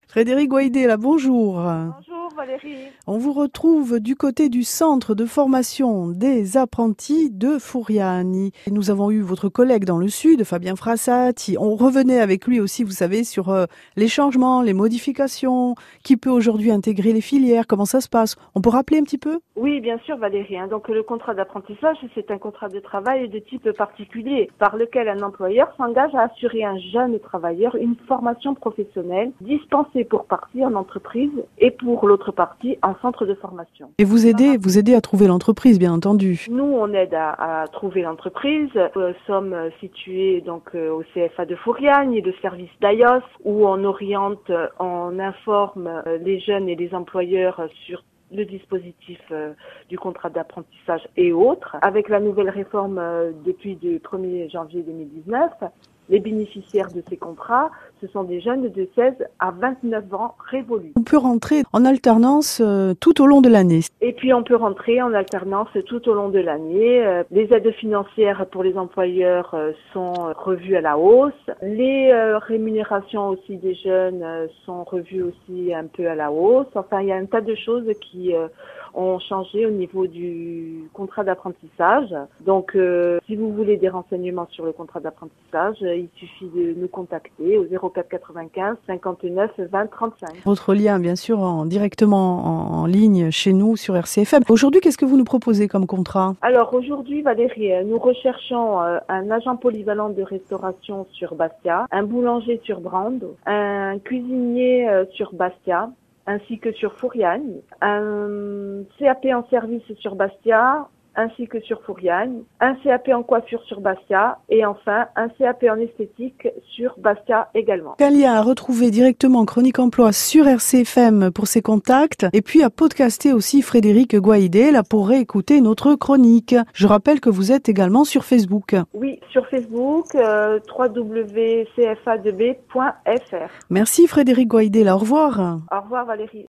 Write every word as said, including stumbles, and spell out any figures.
Frédéric Gouaïdé, là, bonjour. Bonjour Valérie. On vous retrouve du côté du centre de formation des apprentis de Furiani. Nous avons eu votre collègue dans le sud, Fabien Frassati. On revenait avec lui aussi, vous savez, sur euh, les changements, les modifications, qui peut aujourd'hui intégrer les filières, comment ça se passe. On peut rappeler un petit peu ? Oui, bien sûr Valérie. Hein. Donc le contrat d'apprentissage, c'est un contrat de travail de type particulier par lequel un employeur s'engage à assurer à un jeune travailleur une formation professionnelle dispensée pour partie en entreprise et pour l'autre partie en centre de formation. Et vous aidez, vous aidez à trouver l'entreprise, bien entendu. Nous, on aide à, à trouver l'entreprise. Nous sommes situés donc au C F A de Furiani et le service d'A I O S où on oriente, on informe les jeunes et les employeurs sur le dispositif euh, du contrat d'apprentissage et autres. Avec la nouvelle réforme euh, depuis le premier janvier deux mille dix-neuf, les bénéficiaires de ces contrats, ce sont des jeunes de seize à vingt-neuf ans révolus. On peut rentrer en alternance euh, tout au long de l'année. Et puis on peut rentrer en alternance tout au long de l'année. Euh, les aides financières pour les employeurs euh, sont revues à la hausse. Les euh, rémunérations aussi des jeunes euh, sont revues aussi un peu à la hausse. Enfin, il y a un tas de choses qui euh, ont changé au niveau du contrat d'apprentissage. Donc, euh, si vous voulez des renseignements sur le contrat d'apprentissage, euh, il suffit de nous contacter au zéro quatre quatre-vingt-quinze cinquante-neuf vingt trente-cinq. Votre lien, bien sûr, en, directement en, en ligne chez nous sur R C F M. Aujourd'hui, qu'est-ce que vous nous proposez comme contrat ? Alors aujourd'hui, Valérie, nous recherchons euh, un agent polyvalent de restauration sur Bastia, un boulanger sur Brande, un cuisinier euh, sur Bastia, ainsi que sur Furiani, un C A P en service sur Bastia, ainsi que sur Furiani, un C A P en coiffure sur Bastia et enfin un C A P en esthétique sur Bastia également. Un lien à retrouver directement Chronique Emploi sur R C F M pour ses contacts et puis à podcaster aussi Frédéric Gouaïdé là pour réécouter notre chronique. Je rappelle que vous êtes également sur Facebook. Oui, sur Facebook, euh, w w w point c f a deux b point f r. Merci Frédéric Gouaïdé, là, au revoir. Au revoir Valérie.